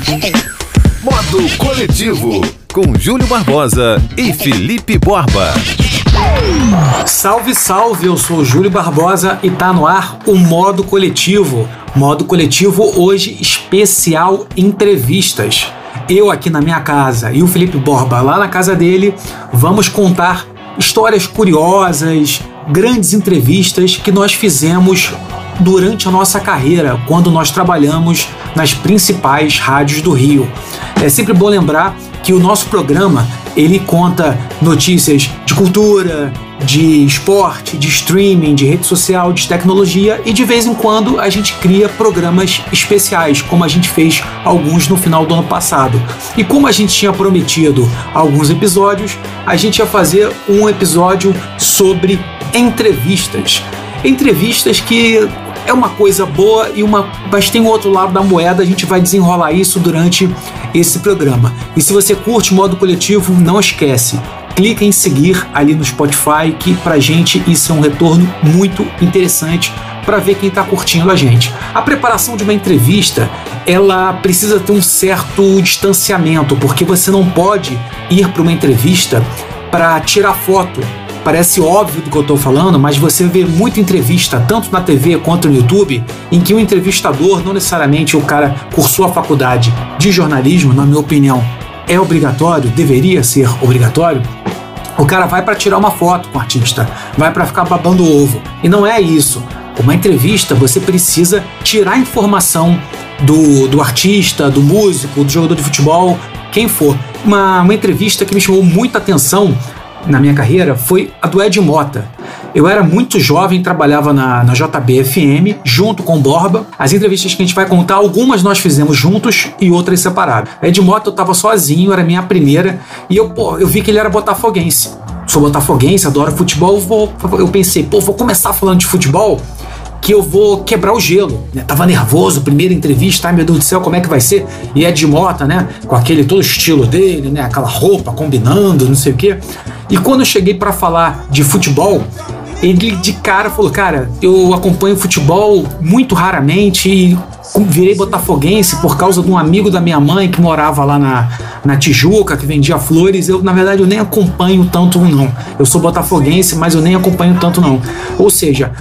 Modo Coletivo, com Júlio Barbosa e Felipe Borba. Salve, salve, eu sou o Júlio Barbosa e tá no ar o Modo Coletivo. Modo Coletivo hoje especial entrevistas. Eu aqui na minha casa e o Felipe Borba lá na casa dele, vamos contar histórias curiosas, grandes entrevistas que nós fizemos durante a nossa carreira, quando nós trabalhamos nas principais rádios do Rio. É sempre bom lembrar que o nosso programa, ele conta notícias de cultura, de esporte, de streaming, de rede social, de tecnologia, e de vez em quando a gente cria programas especiais, como a gente fez alguns no final do ano passado. E como a gente tinha prometido alguns episódios, a gente ia fazer um episódio sobre entrevistas. Entrevistas que é uma coisa boa mas tem um outro lado da moeda, a gente vai desenrolar isso durante esse programa. E se você curte o Modo Coletivo, não esquece, clica em seguir ali no Spotify, que pra gente isso é um retorno muito interessante para ver quem está curtindo a gente. A preparação de uma entrevista, ela precisa ter um certo distanciamento, porque você não pode ir para uma entrevista para tirar foto. Parece óbvio do que eu estou falando, mas você vê muita entrevista, tanto na TV quanto no YouTube, em que o entrevistador, não necessariamente o cara cursou a faculdade de jornalismo, na minha opinião, é obrigatório, deveria ser obrigatório. O cara vai para tirar uma foto com o artista, vai para ficar babando o ovo. E não é isso. Uma entrevista, você precisa tirar informação do artista, do músico, do jogador de futebol, quem for. Uma entrevista que me chamou muita atenção na minha carreira foi a do Ed Mota. Eu era muito jovem, trabalhava na JB-FM junto com o Borba. As entrevistas que a gente vai contar, algumas nós fizemos juntos e outras separadas. Ed Mota eu tava sozinho, era a minha primeira, e eu vi que ele era botafoguense. Sou botafoguense, adoro futebol, eu pensei, vou começar falando de futebol, que eu vou quebrar o gelo, né? Tava nervoso, primeira entrevista, ai meu Deus do céu, como é que vai ser? E Ed Mota, né, com aquele todo estilo dele, né, aquela roupa combinando, não sei o quê. E quando eu cheguei para falar de futebol, ele de cara falou, cara, eu acompanho futebol muito raramente e virei botafoguense por causa de um amigo da minha mãe que morava lá na Tijuca, que vendia flores. Na verdade, eu nem acompanho tanto não. Eu sou botafoguense, mas eu nem acompanho tanto não. Ou seja,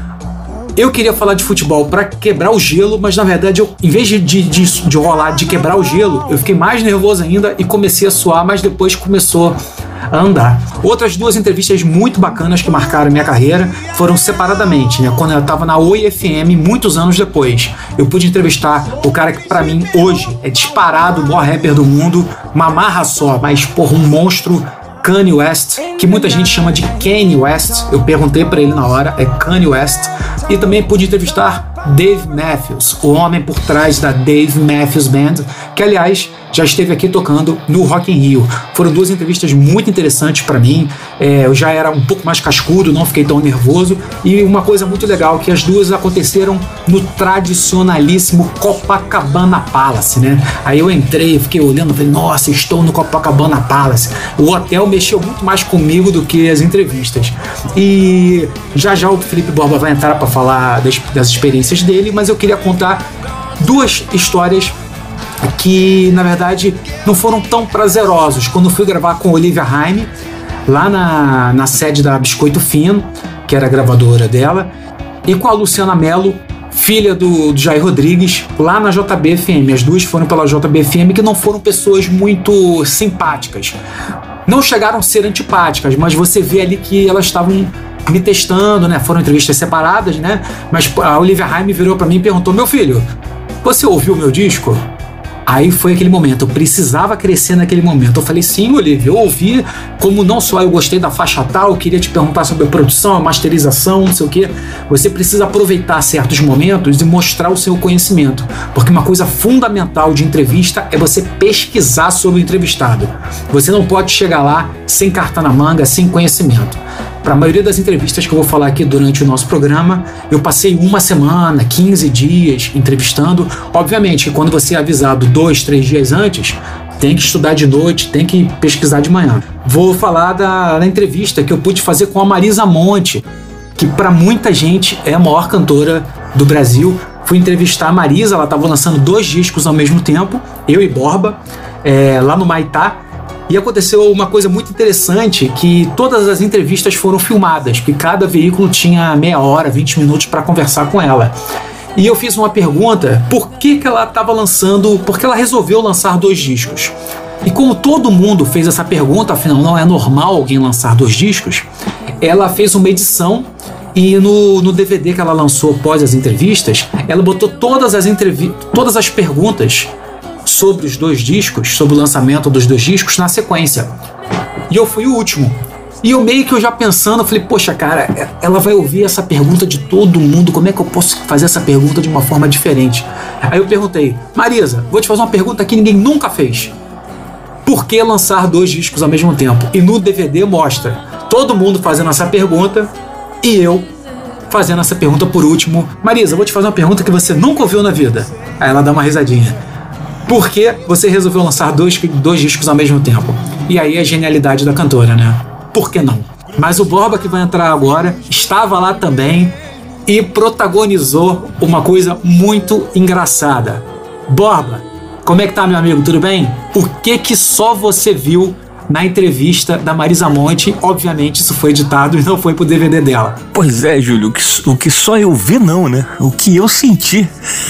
eu queria falar de futebol para quebrar o gelo, mas na verdade, em vez de rolar, de quebrar o gelo, eu fiquei mais nervoso ainda e comecei a suar, mas depois começou a andar. Outras duas entrevistas muito bacanas que marcaram minha carreira foram separadamente, né? Quando eu estava na Oi FM, muitos anos depois, eu pude entrevistar o cara que para mim hoje é disparado o maior rapper do mundo, uma marra só, mas um monstro, Kanye West, que muita gente chama de Kanye West. Eu perguntei pra ele na hora, é Kanye West. E também pude entrevistar Dave Matthews, o homem por trás da Dave Matthews Band, que aliás já esteve aqui tocando no Rock in Rio. Foram duas entrevistas muito interessantes para mim. Eu já era um pouco mais cascudo, não fiquei tão nervoso. E uma coisa muito legal, que as duas aconteceram no tradicionalíssimo Copacabana Palace, né? Aí eu entrei, fiquei olhando, falei, nossa, estou no Copacabana Palace. O hotel mexeu muito mais comigo do que as entrevistas. E já o Felipe Borba vai entrar para falar das experiências dele, mas eu queria contar duas histórias que, na verdade, não foram tão prazerosos. Quando eu fui gravar com Olivia Haime, lá na sede da Biscoito Fino, que era a gravadora dela, e com a Luciana Mello, filha do Jair Rodrigues, lá na JB-FM. As duas foram pela JB-FM, que não foram pessoas muito simpáticas. Não chegaram a ser antipáticas, mas você vê ali que elas estavam me testando, né? Foram entrevistas separadas, né? Mas a Olivia Haime virou pra mim e perguntou, meu filho, você ouviu o meu disco? Aí foi aquele momento, eu precisava crescer naquele momento. Eu falei, sim, Olivia, eu ouvi, como não só eu gostei da faixa tal, eu queria te perguntar sobre a produção, a masterização, não sei o quê. Você precisa aproveitar certos momentos e mostrar o seu conhecimento, porque uma coisa fundamental de entrevista é você pesquisar sobre o entrevistado. Você não pode chegar lá sem carta na manga, sem conhecimento. Para a maioria das entrevistas que eu vou falar aqui durante o nosso programa, eu passei uma semana, 15 dias entrevistando. Obviamente que quando você é avisado 2, 3 dias antes, tem que estudar de noite, tem que pesquisar de manhã. Vou falar da entrevista que eu pude fazer com a Marisa Monte, que para muita gente é a maior cantora do Brasil. Fui entrevistar a Marisa, ela estava lançando 2 discos ao mesmo tempo, eu e Borba, lá no Maitá. E aconteceu uma coisa muito interessante, que todas as entrevistas foram filmadas, que cada veículo tinha meia hora, 20 minutos para conversar com ela. E eu fiz uma pergunta, por que ela estava lançando, porque ela resolveu lançar 2 discos. E como todo mundo fez essa pergunta, afinal não é normal alguém lançar 2 discos, ela fez uma edição e no DVD que ela lançou após as entrevistas, ela botou todas as perguntas sobre os 2 discos, sobre o lançamento dos 2 discos na sequência. E eu fui o último. E eu meio que já pensando, falei, poxa, cara, ela vai ouvir essa pergunta de todo mundo, como é que eu posso fazer essa pergunta de uma forma diferente? Aí eu perguntei, Marisa, vou te fazer uma pergunta que ninguém nunca fez. Por que lançar 2 discos ao mesmo tempo? E no DVD mostra todo mundo fazendo essa pergunta e eu fazendo essa pergunta por último. Marisa, vou te fazer uma pergunta que você nunca ouviu na vida. Aí ela dá uma risadinha. Por que você resolveu lançar 2 discos ao mesmo tempo? E aí a genialidade da cantora, né? Por que não? Mas o Borba, que vai entrar agora, estava lá também e protagonizou uma coisa muito engraçada. Borba, como é que tá, meu amigo? Tudo bem? O que só você viu na entrevista da Marisa Monte? Obviamente isso foi editado e não foi pro DVD dela. Pois é, Júlio, o que só eu vi não, né? O que eu senti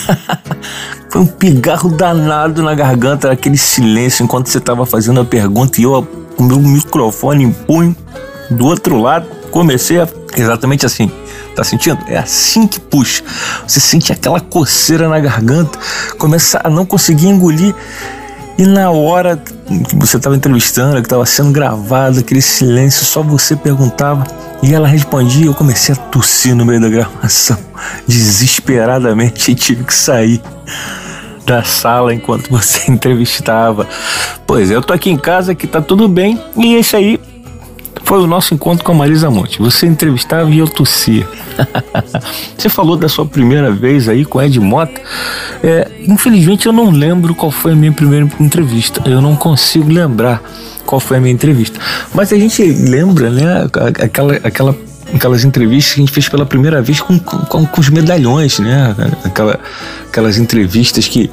foi um pigarro danado na garganta, aquele silêncio enquanto você estava fazendo a pergunta e eu com o meu microfone em punho do outro lado comecei a... Exatamente assim. Tá sentindo? É assim que puxa. Você sente aquela coceira na garganta, começa a não conseguir engolir. E na hora que você estava entrevistando, que estava sendo gravado, aquele silêncio, só você perguntava e ela respondia. Eu comecei a tossir no meio da gravação, desesperadamente, e tive que sair da sala enquanto você entrevistava. Pois é, eu tô aqui em casa, que tá tudo bem, e esse aí foi o nosso encontro com a Marisa Monte. Você entrevistava e eu tossia. Você falou da sua primeira vez aí com Ed Mota. Infelizmente eu não lembro qual foi a minha primeira entrevista. Eu não consigo lembrar qual foi a minha entrevista. Mas a gente lembra, né, aquelas entrevistas que a gente fez pela primeira vez com os medalhões, né? Aquelas entrevistas que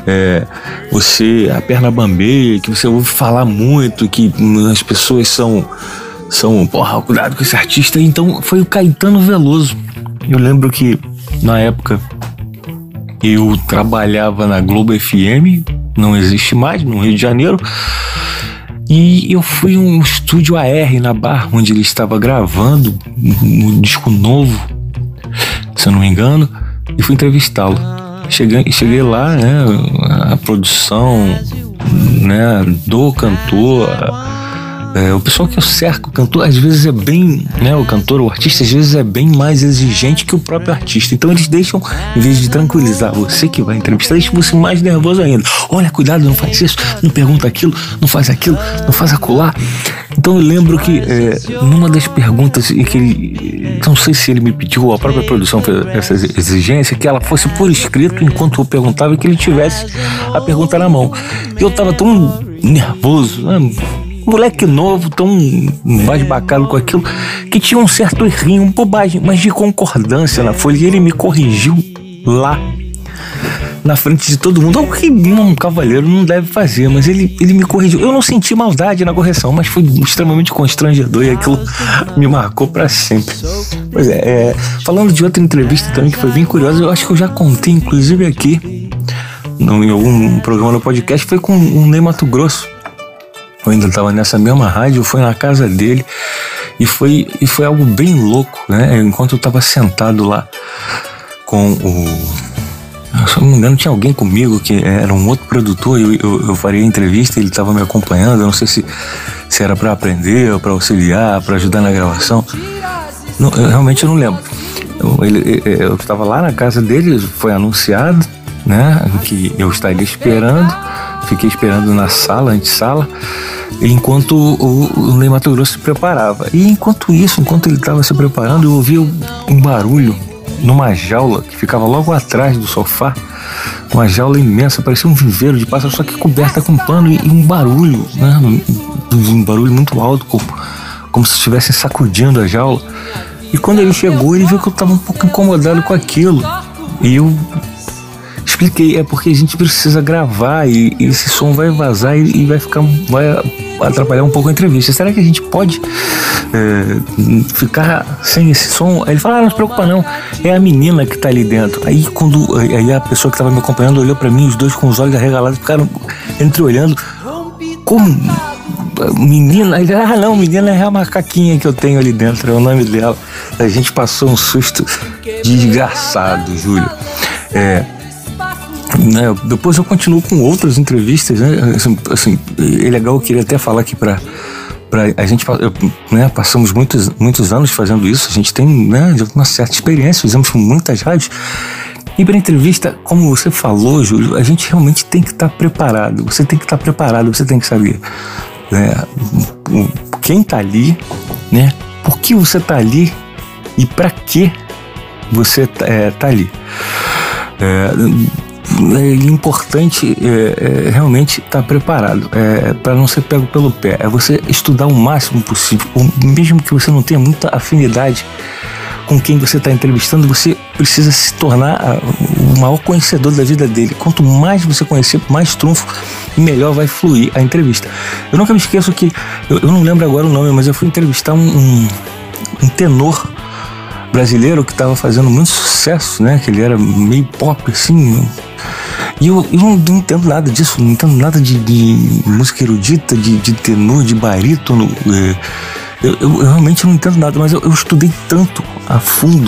você, a perna bambeia, que você ouve falar muito, que as pessoas são, porra, cuidado com esse artista. Então foi o Caetano Veloso. Eu lembro que na época eu trabalhava na Globo FM, não existe mais, no Rio de Janeiro, e eu fui a um estúdio AR na Barra, onde ele estava gravando um disco novo, se eu não me engano, e fui entrevistá-lo. Cheguei lá, né, a produção, né, do cantor, o pessoal que eu cerco o cantor, às vezes é bem, né, o cantor, o artista, às vezes é bem mais exigente que o próprio artista. Então eles deixam, em vez de tranquilizar você que vai entrevistar, deixam você mais nervoso ainda. Olha, cuidado, não faz isso, não pergunta aquilo, não faz aquilo, não faz acolá. Então eu lembro que numa das perguntas que ele, não sei se ele me pediu, a própria produção fez essa exigência, que ela fosse por escrito enquanto eu perguntava, e que ele tivesse a pergunta na mão. E eu tava tão nervoso, né? Moleque novo, tão embasbacado com aquilo, que tinha um certo errinho, uma bobagem, mas de concordância na folha. E ele me corrigiu lá, na frente de todo mundo. O que um cavaleiro não deve fazer, mas ele me corrigiu. Eu não senti maldade na correção, mas foi extremamente constrangedor e aquilo me marcou pra sempre. Pois falando de outra entrevista também que foi bem curiosa, eu acho que eu já contei, inclusive aqui, em algum programa no podcast, foi com o Ney Matogrosso. Eu ainda estava nessa mesma rádio, eu fui na casa dele e foi algo bem louco, né? Enquanto eu estava sentado lá com se não me engano, tinha alguém comigo que era um outro produtor, eu faria a entrevista, ele estava me acompanhando, eu não sei se era para aprender ou para auxiliar, para ajudar na gravação. Não, eu não lembro. Eu estava lá na casa dele, foi anunciado, né, que eu estaria esperando. Fiquei esperando na sala, antessala, enquanto o Ney Matogrosso se preparava. E enquanto ele estava se preparando, eu ouvi um barulho numa jaula que ficava logo atrás do sofá. Uma jaula imensa, parecia um viveiro de pássaro, só que coberta com pano, e um barulho, né? Um barulho muito alto, como se estivessem sacudindo a jaula. E quando ele chegou, ele viu que eu estava um pouco incomodado com aquilo. E Expliquei, é porque a gente precisa gravar e esse som vai vazar e vai atrapalhar um pouco a entrevista. Será que a gente pode ficar sem esse som? Aí ele fala, não se preocupa não, é a menina que tá ali dentro. Aí a pessoa que tava me acompanhando olhou pra mim, os dois com os olhos arregalados, ficaram entreolhando. Como? Menina? Ele, não, menina é a macaquinha que eu tenho ali dentro, é o nome dela. A gente passou um susto desgraçado, Júlio. Depois eu continuo com outras entrevistas, né? Assim, é legal, eu queria até falar aqui pra a gente, passamos muitos anos fazendo isso, a gente tem, né, uma certa experiência, fizemos muitas rádios. E para entrevista, como você falou, Júlio, a gente realmente tem que estar preparado. Você tem que estar preparado, você tem que saber, né, quem está ali, né, por que você está ali e para que você está ali. É importante realmente estar preparado, para não ser pego pelo pé. É você estudar o máximo possível, mesmo que você não tenha muita afinidade com quem você está entrevistando, você precisa se tornar o maior conhecedor da vida dele. Quanto mais você conhecer, mais trunfo e melhor vai fluir a entrevista. Eu nunca me esqueço que, eu não lembro agora o nome, mas eu fui entrevistar um tenor brasileiro que estava fazendo muito sucesso, né? Que ele era meio pop, assim. E eu não entendo nada disso, não entendo nada de música erudita, de tenor, de barítono. Eu realmente não entendo nada, mas eu estudei tanto a fundo.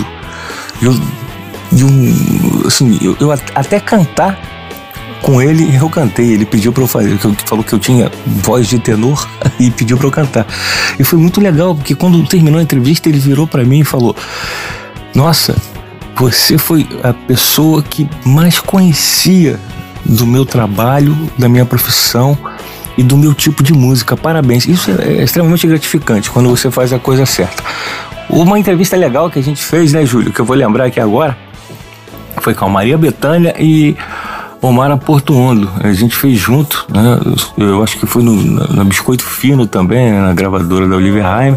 Eu até cantar com ele, eu cantei. Ele pediu pra eu fazer, falou que eu tinha voz de tenor e pediu pra eu cantar. E foi muito legal, porque quando terminou a entrevista, ele virou pra mim e falou: nossa, você foi a pessoa que mais conhecia do meu trabalho, da minha profissão e do meu tipo de música. Parabéns. Isso é extremamente gratificante quando você faz a coisa certa. Uma entrevista legal que a gente fez, né, Júlio, que eu vou lembrar aqui agora, foi com a Maria Bethânia e Omara Portuondo. A gente fez junto, né? Eu acho que foi na Biscoito Fino também, né, na gravadora da Oliver Heim.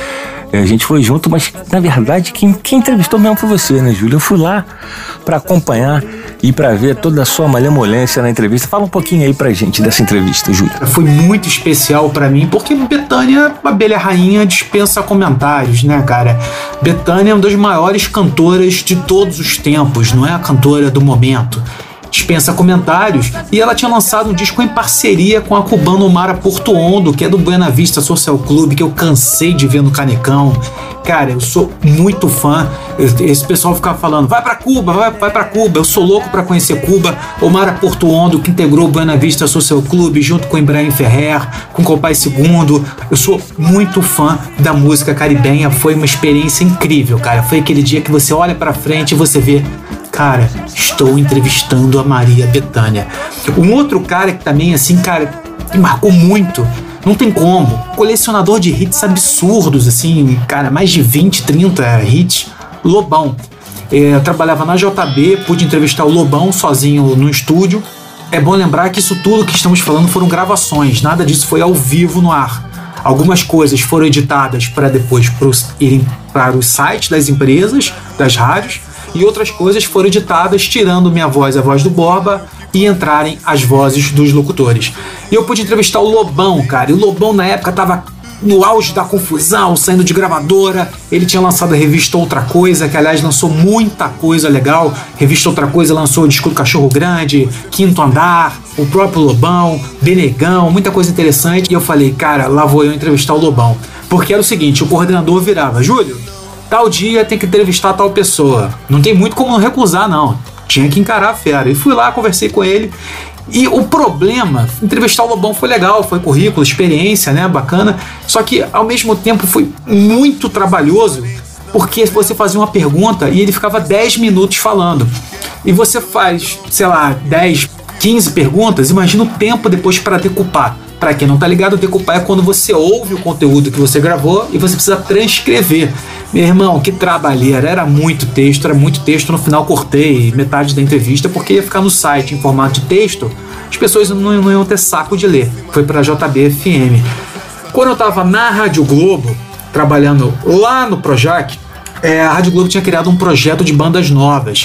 A gente foi junto, mas na verdade quem entrevistou mesmo foi você, né, Júlio? Eu fui lá para acompanhar e para ver toda a sua malemolência na entrevista. Fala um pouquinho aí pra gente dessa entrevista, Júlio. Foi muito especial para mim, porque Bethânia, abelha rainha, dispensa comentários, né, cara? Bethânia é uma das maiores cantoras de todos os tempos, não é a cantora do momento. Dispensa comentários, e ela tinha lançado um disco em parceria com a cubana Omara Portuondo, que é do Buena Vista Social Club, que eu cansei de ver no Canecão. Cara, eu sou muito fã. Esse pessoal ficava falando, vai pra Cuba, vai pra Cuba. Eu sou louco pra conhecer Cuba. Omara Portuondo, que integrou o Buena Vista Social Club junto com Ibrahim Ferrer, com Copai II. Eu sou muito fã da música caribenha. Foi uma experiência incrível, cara. Foi aquele dia que você olha pra frente e você vê, cara, estou entrevistando a Maria Bethânia. Um outro cara que também, assim, cara, que marcou muito, não tem como, colecionador de hits absurdos, assim, cara, mais de 20, 30 hits, Lobão. Eu trabalhava na JB, pude entrevistar o Lobão sozinho no estúdio. É bom lembrar que isso tudo que estamos falando foram gravações, nada disso foi ao vivo no ar. Algumas coisas foram editadas para depois irem para os sites das empresas, das rádios, e outras coisas foram editadas tirando minha voz, a voz do Borba, e entrarem as vozes dos locutores. E eu pude entrevistar o Lobão, cara, e o Lobão na época tava no auge da confusão, saindo de gravadora. Ele tinha lançado a revista Outra Coisa, que aliás lançou muita coisa legal. Revista Outra Coisa lançou o disco do Cachorro Grande, Quinto Andar, o próprio Lobão, Benegão, muita coisa interessante. E eu falei, cara, lá vou eu entrevistar o Lobão. Porque era o seguinte, o coordenador virava, Júlio, tal dia tem que entrevistar tal pessoa. Não tem muito como não recusar, não. Tinha que encarar a fera. E fui lá, conversei com ele. E o problema, entrevistar o Lobão foi legal, foi currículo, experiência, né, bacana. Só que, ao mesmo tempo, foi muito trabalhoso, porque você fazia uma pergunta e ele ficava 10 minutos falando. E você faz, sei lá, 10, 15 perguntas, imagina o tempo depois para decupar. Para quem não tá ligado, decupar é quando você ouve o conteúdo que você gravou e você precisa transcrever. Meu irmão, que trabalheira, era muito texto, no final cortei metade da entrevista porque ia ficar no site em formato de texto, as pessoas não iam ter saco de ler. Foi para a JB-FM. Quando eu tava na Rádio Globo, trabalhando lá no Projac, a Rádio Globo tinha criado um projeto de bandas novas.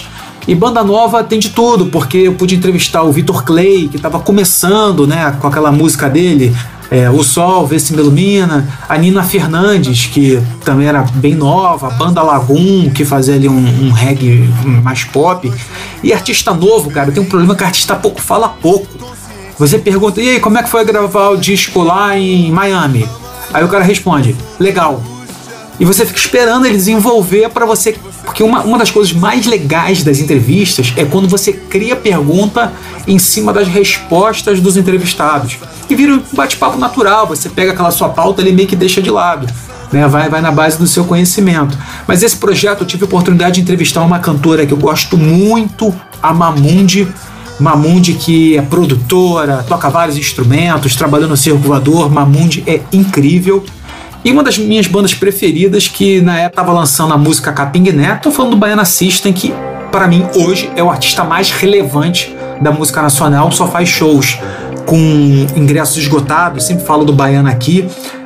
E banda nova tem de tudo, porque eu pude entrevistar o Vitor Clay, que estava começando, né, com aquela música dele, O Sol, Vê Se Me Ilumina, a Nina Fernandes, que também era bem nova, a banda Lagoon, que fazia ali um reggae mais pop. E artista novo, cara, tem um problema que artista fala pouco. Você pergunta, e aí, como é que foi gravar o disco lá em Miami? Aí o cara responde, legal. E você fica esperando ele desenvolver para você... Porque uma das coisas mais legais das entrevistas é quando você cria pergunta em cima das respostas dos entrevistados. E vira um bate-papo natural, você pega aquela sua pauta e meio que deixa de lado. Né? Vai na base do seu conhecimento. Mas esse projeto eu tive a oportunidade de entrevistar uma cantora que eu gosto muito, a Mamundi. Mamundi, que é produtora, toca vários instrumentos, trabalhou no Circo Voador. Mamundi é incrível. E uma das minhas bandas preferidas, que na época estava lançando a música Capinguiné, tô falando do Baiana System, que para mim hoje é o artista mais relevante da música nacional, só faz shows com ingressos esgotados, sempre falo do Baiana aqui.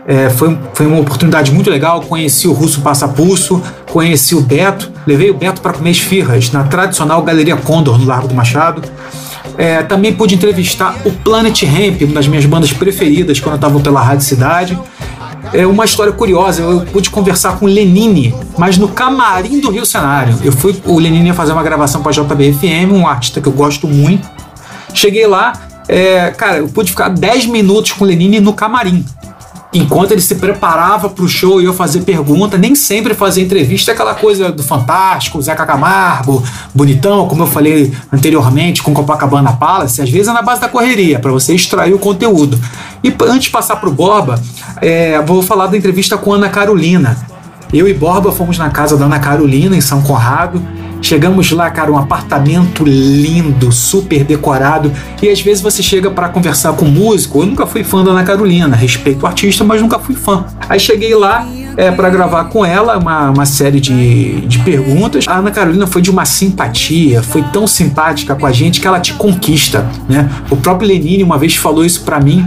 Foi uma oportunidade muito legal, conheci o Russo Passapulso, conheci o Beto, levei o Beto para comer esfirras na tradicional Galeria Condor, no Largo do Machado. Também pude entrevistar o Planet Hemp, uma das minhas bandas preferidas quando eu estava pela Rádio Cidade. É uma história curiosa, eu pude conversar com o Lenine, mas no camarim do Rio Cenário. O Lenine ia fazer uma gravação para a JBFM, um artista que eu gosto muito. Cheguei lá, cara, eu pude ficar 10 minutos com o Lenine no camarim. Enquanto ele se preparava para o show e eu fazer pergunta, nem sempre fazer entrevista é aquela coisa do Fantástico, Zeca Camargo, bonitão, como eu falei anteriormente com Copacabana Palace, às vezes é na base da correria, para você extrair o conteúdo. E antes de passar para o Borba, vou falar da entrevista com a Ana Carolina. Eu e Borba fomos na casa da Ana Carolina, em São Conrado. Chegamos lá, cara, um apartamento lindo, super decorado. E às vezes você chega para conversar com músico. Eu nunca fui fã da Ana Carolina, respeito o artista, mas nunca fui fã. Aí cheguei lá para gravar com ela uma série de perguntas. A Ana Carolina foi de uma simpatia, foi tão simpática com a gente que ela te conquista, né? O próprio Lenine uma vez falou isso para mim,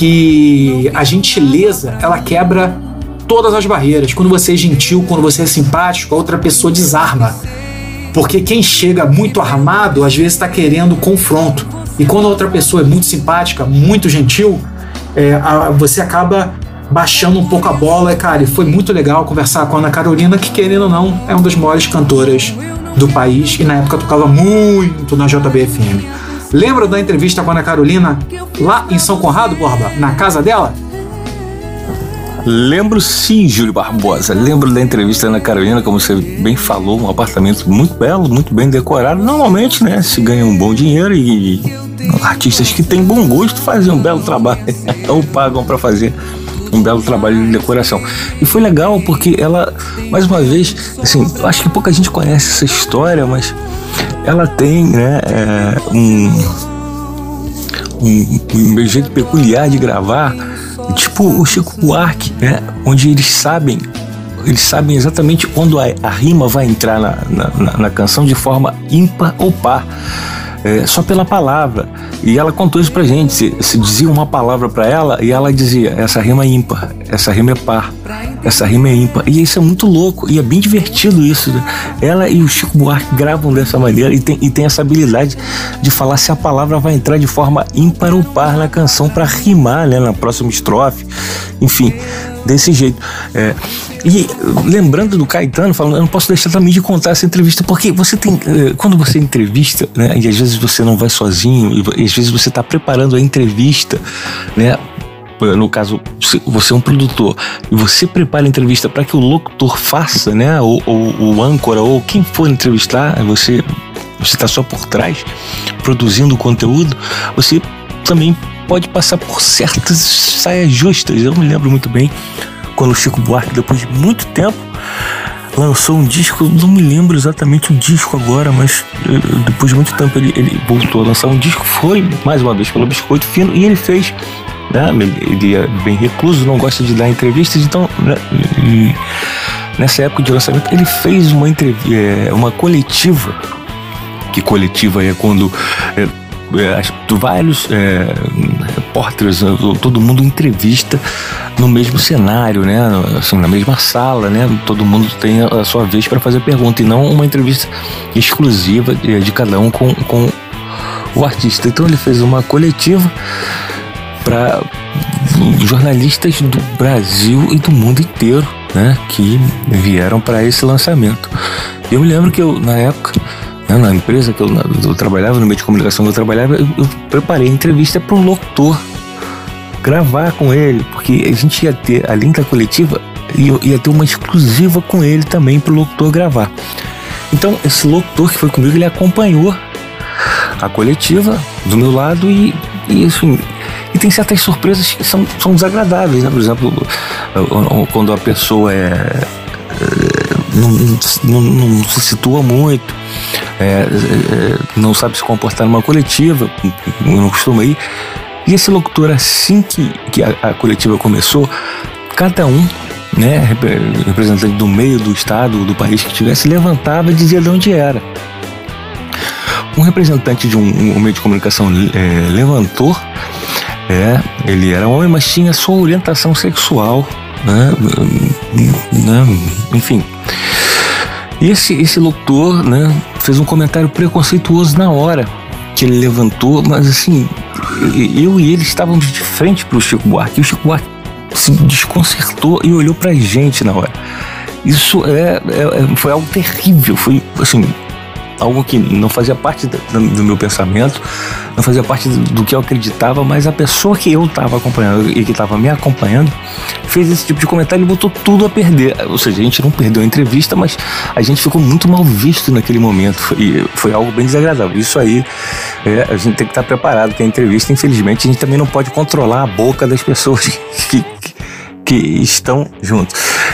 que a gentileza, ela quebra todas as barreiras. Quando você é gentil, quando você é simpático, a outra pessoa desarma. Porque quem chega muito armado, às vezes está querendo confronto. E quando a outra pessoa é muito simpática, muito gentil, você acaba baixando um pouco a bola. Cara, e foi muito legal conversar com a Ana Carolina, que, querendo ou não, é uma das maiores cantoras do país. E na época tocava muito na JBFM. Lembra da entrevista com a Ana Carolina lá em São Conrado, Borba? Na casa dela? Lembro sim, Júlio Barbosa. Lembro da entrevista da Ana Carolina, como você bem falou, um apartamento muito belo, muito bem decorado. Normalmente, né, se ganha um bom dinheiro e artistas que têm bom gosto fazem um belo trabalho ou pagam para fazer um belo trabalho de decoração. E foi legal porque ela, mais uma vez, assim, eu acho que pouca gente conhece essa história, mas ela tem, né, um jeito peculiar de gravar, tipo o Chico Buarque, né? Onde eles sabem exatamente quando a rima vai entrar na canção de forma ímpar ou par, só pela palavra. E ela contou isso pra gente. Se dizia uma palavra pra ela e ela dizia: essa rima é ímpar, essa rima é par, essa rima é ímpar. E isso é muito louco e é bem divertido isso, né? Ela e o Chico Buarque gravam dessa maneira e tem essa habilidade de falar se a palavra vai entrar de forma ímpar ou par na canção para rimar, né, na próxima estrofe. Enfim, desse jeito. E lembrando do Caetano, falando, eu não posso deixar também de contar essa entrevista, porque você tem, quando você entrevista, né, e às vezes você não vai sozinho, e às vezes você está preparando a entrevista, né, no caso, você é um produtor, e você prepara a entrevista para que o locutor faça, né, ou o âncora, ou quem for entrevistar, você está só por trás, produzindo o conteúdo, você também pode passar por certas saias justas. Eu me lembro muito bem quando o Chico Buarque, depois de muito tempo, lançou um disco. Não me lembro exatamente o disco agora, mas depois de muito tempo ele voltou a lançar um disco. Foi mais uma vez pelo Biscoito Fino e ele fez, né, ele é bem recluso, não gosta de dar entrevistas, então, né, nessa época de lançamento ele fez uma coletiva. Que coletiva é quando vários repórteres, todo mundo entrevista no mesmo cenário, né? Assim, na mesma sala, né? Todo mundo tem a sua vez para fazer pergunta e não uma entrevista exclusiva de cada um com o artista. Então ele fez uma coletiva para jornalistas do Brasil e do mundo inteiro, né? Que vieram para esse lançamento. Eu me lembro que na época, na empresa que eu trabalhava, no meio de comunicação que eu trabalhava, eu preparei a entrevista para um locutor gravar com ele, porque a gente ia ter, além da coletiva, ia ter uma exclusiva com ele também para o locutor gravar. Então esse locutor que foi comigo, ele acompanhou a coletiva do meu lado e assim, e tem certas surpresas que são desagradáveis, né? Por exemplo, quando a pessoa não se situa muito, não sabe se comportar numa coletiva, não costuma ir. E esse locutor, assim que a coletiva começou, cada um, né, representante do meio do estado, do país que tivesse, levantava e dizia de onde era. Um representante de um meio de comunicação levantou, ele era homem, mas tinha sua orientação sexual, né, enfim. E esse locutor, né, fez um comentário preconceituoso na hora que ele levantou, mas assim, eu e ele estávamos de frente para o Chico Buarque, e o Chico Buarque se desconcertou e olhou pra gente na hora. Isso foi algo terrível, foi assim, algo que não fazia parte do meu pensamento, não fazia parte do que eu acreditava, mas a pessoa que eu estava acompanhando e que estava me acompanhando fez esse tipo de comentário e botou tudo a perder. Ou seja, a gente não perdeu a entrevista, mas a gente ficou muito mal visto naquele momento. Foi algo bem desagradável. Isso aí, a gente tem que estar preparado, porque a entrevista, infelizmente, a gente também não pode controlar a boca das pessoas que estão juntos.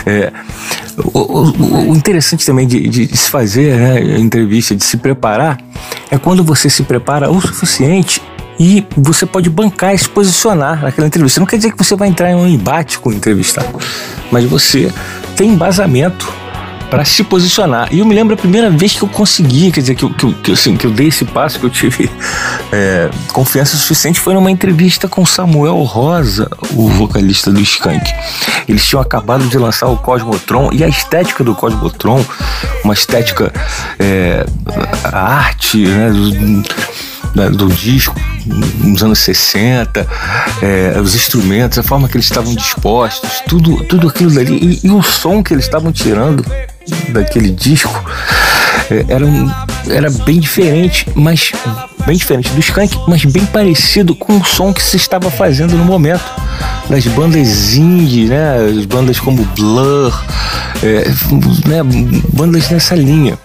O interessante também de se fazer, né, entrevista, de se preparar, é quando você se prepara o suficiente e você pode bancar e se posicionar naquela entrevista. Não quer dizer que você vai entrar em um embate com o entrevistado, mas você tem embasamento para se posicionar. E eu me lembro a primeira vez que eu consegui, quer dizer, que eu dei esse passo, que eu tive confiança suficiente, foi numa entrevista com Samuel Rosa, o vocalista do Skank. Eles tinham acabado de lançar o Cosmotron, e a estética do Cosmotron, uma estética, a arte, né, do disco nos anos 60, os instrumentos, a forma que eles estavam dispostos, tudo aquilo dali, e o som que eles estavam tirando daquele disco era bem diferente, mas bem diferente do Skank, mas bem parecido com o som que se estava fazendo no momento das bandas indie, né, as bandas como Blur, né, bandas nessa linha.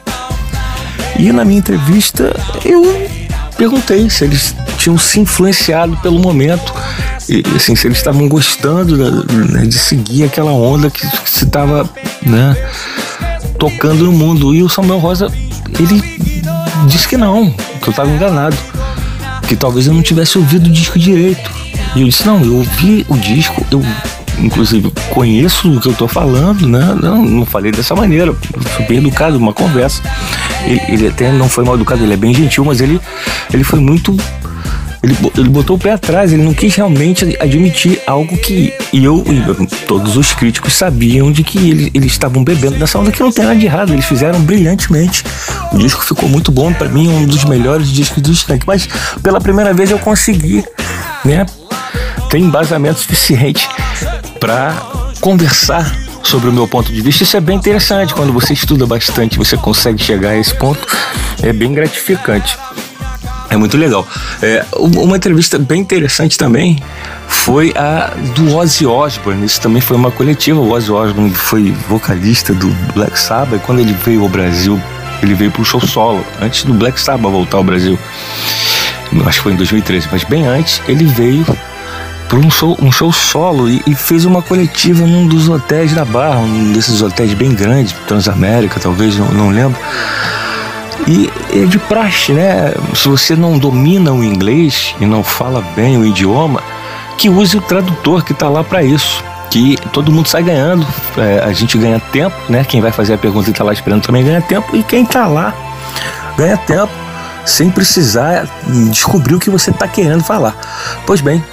E na minha entrevista eu perguntei se eles tinham se influenciado pelo momento, e assim, se eles estavam gostando de seguir aquela onda que se estava, né, tocando no mundo. E o Samuel Rosa, ele disse que não, que eu estava enganado, que talvez eu não tivesse ouvido o disco direito. E eu disse, não, eu ouvi o disco, eu inclusive conheço o que eu estou falando, né? Não falei dessa maneira, fui bem educado, uma conversa. Ele até não foi mal educado, ele é bem gentil, mas ele foi muito... Ele botou o pé atrás, ele não quis realmente admitir algo que eu e todos os críticos sabiam de que eles estavam bebendo nessa onda, que não tem nada de errado, eles fizeram brilhantemente. O disco ficou muito bom, para mim um dos melhores discos do Skank, mas pela primeira vez eu consegui, né, ter embasamento suficiente para conversar sobre o meu ponto de vista. Isso é bem interessante, quando você estuda bastante, você consegue chegar a esse ponto, é bem gratificante. É muito legal. Uma entrevista bem interessante também foi a do Ozzy Osbourne. Isso também foi uma coletiva. O Ozzy Osbourne foi vocalista do Black Sabbath, e quando ele veio ao Brasil, ele veio para o show solo, antes do Black Sabbath voltar ao Brasil. Acho que foi em 2013, mas bem antes, ele veio para um show solo e fez uma coletiva num dos hotéis da Barra, um desses hotéis bem grandes, Transamérica, talvez, não lembro. E é de praxe, né? Se você não domina o inglês e não fala bem o idioma, que use o tradutor que está lá para isso, que todo mundo sai ganhando. A gente ganha tempo, né? Quem vai fazer a pergunta e está lá esperando também ganha tempo, e quem está lá ganha tempo sem precisar descobrir o que você está querendo falar. Pois bem,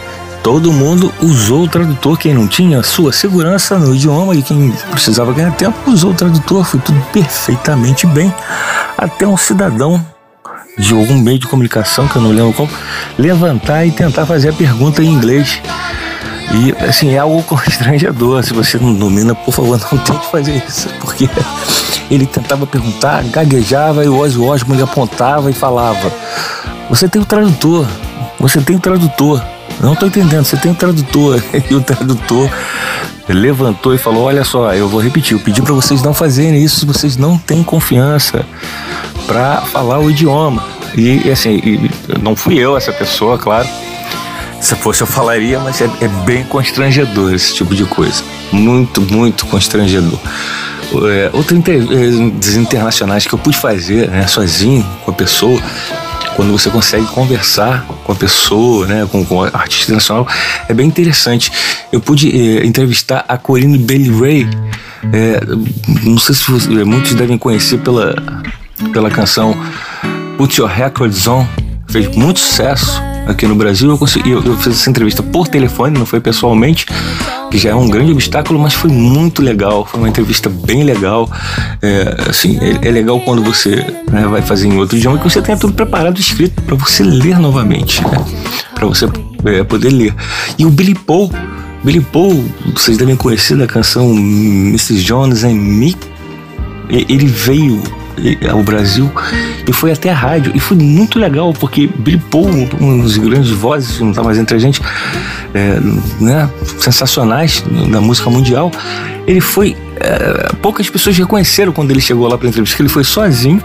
todo mundo usou o tradutor. Quem não tinha sua segurança no idioma e quem precisava ganhar tempo usou o tradutor. Foi tudo perfeitamente bem, até um cidadão de algum meio de comunicação, que eu não lembro como, levantar e tentar fazer a pergunta em inglês. E assim, é algo constrangedor. Se você não domina, por favor, não tente fazer isso, porque ele tentava perguntar, gaguejava, e o Ozzy Osbourne apontava e falava: você tem o tradutor, você tem o tradutor. Não tô entendendo, você tem o tradutor. E o tradutor levantou e falou: olha só, eu vou repetir, eu pedi para vocês não fazerem isso se vocês não têm confiança para falar o idioma. E assim, não fui eu essa pessoa, claro. Se fosse eu falaria, mas é bem constrangedor esse tipo de coisa. Muito, muito constrangedor. Outras internacionais que eu pude fazer, né, sozinho, com a pessoa, quando você consegue conversar com a pessoa, né, com o artista nacional, é bem interessante. Eu pude entrevistar a Corinne Bailey Rae. Não sei se muitos devem conhecer pela canção Put Your Records On. Fez muito sucesso aqui no Brasil. Eu fiz essa entrevista por telefone, não foi pessoalmente, que já é um grande obstáculo, mas foi muito legal. Foi uma entrevista bem legal. É legal quando você, né, vai fazer em outro idioma, que você tenha tudo preparado, escrito, para você ler novamente, né? Para você poder ler. E o Billy Paul, vocês devem conhecer da canção Mrs. Jones and Me. Ele veio ao Brasil e foi até a rádio, e foi muito legal, porque Billy Paul, um dos grandes vozes, não está mais entre a gente, né, sensacionais da música mundial, ele foi, poucas pessoas reconheceram quando ele chegou lá para a entrevista, que ele foi sozinho.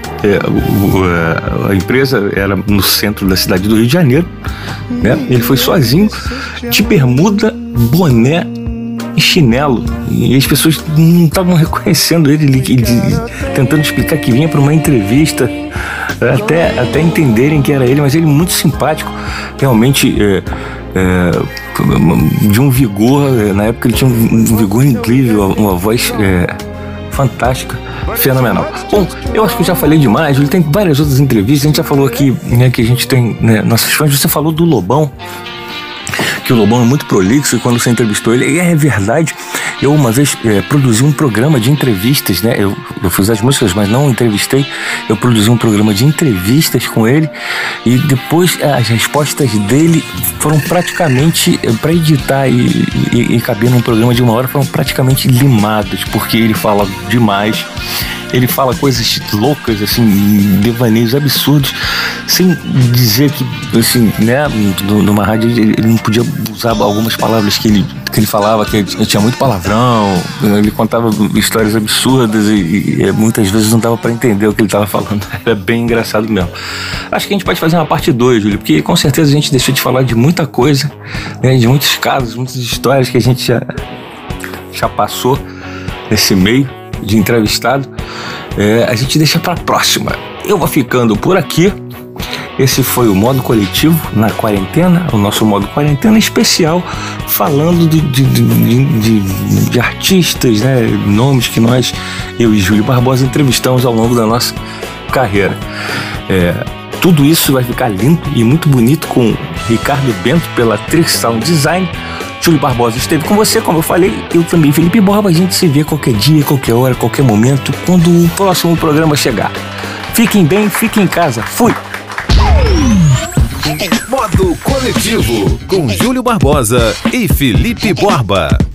A empresa era no centro da cidade do Rio de Janeiro, né? Ele foi sozinho, de bermuda, boné e chinelo, e as pessoas não estavam reconhecendo ele tentando explicar que vinha para uma entrevista, até entenderem que era ele, mas ele muito simpático, realmente, de um vigor. Na época ele tinha um vigor incrível, uma voz fantástica, fenomenal. Bom, eu acho que eu já falei demais. Ele tem várias outras entrevistas. A gente já falou aqui, né, que a gente tem, né, nossos fãs. Você falou do Lobão, que o Lobão é muito prolixo, e quando você entrevistou ele, e é verdade. Eu uma vez produzi um programa de entrevistas, né? Eu fiz as músicas, mas não entrevistei. Eu produzi um programa de entrevistas com ele, e depois as respostas dele foram praticamente, para editar e caber num programa de 1 hora, foram praticamente limadas, porque ele fala demais. Ele fala coisas loucas, assim, devaneios absurdos, sem dizer que, assim, né, numa rádio ele não podia usar algumas palavras que ele falava, que ele tinha muito palavrão, ele contava histórias absurdas e muitas vezes não dava para entender o que ele estava falando. Era bem engraçado mesmo. Acho que a gente pode fazer uma parte 2, Júlio, porque com certeza a gente deixou de falar de muita coisa, né, de muitos casos, muitas histórias que a gente já passou nesse meio de entrevistado. A gente deixa para a próxima. Eu vou ficando por aqui. Esse foi o Modo Coletivo na quarentena, o nosso Modo Quarentena especial, falando de artistas, né, nomes que eu e Júlio Barbosa entrevistamos ao longo da nossa carreira. Tudo isso vai ficar lindo e muito bonito com Ricardo Bento pela Trick Sound Design. Júlio Barbosa esteve com você, como eu falei, eu também, Felipe Borba. A gente se vê qualquer dia, qualquer hora, qualquer momento, quando o próximo programa chegar. Fiquem bem, fiquem em casa. Fui! Modo Coletivo, com Júlio Barbosa e Felipe Borba.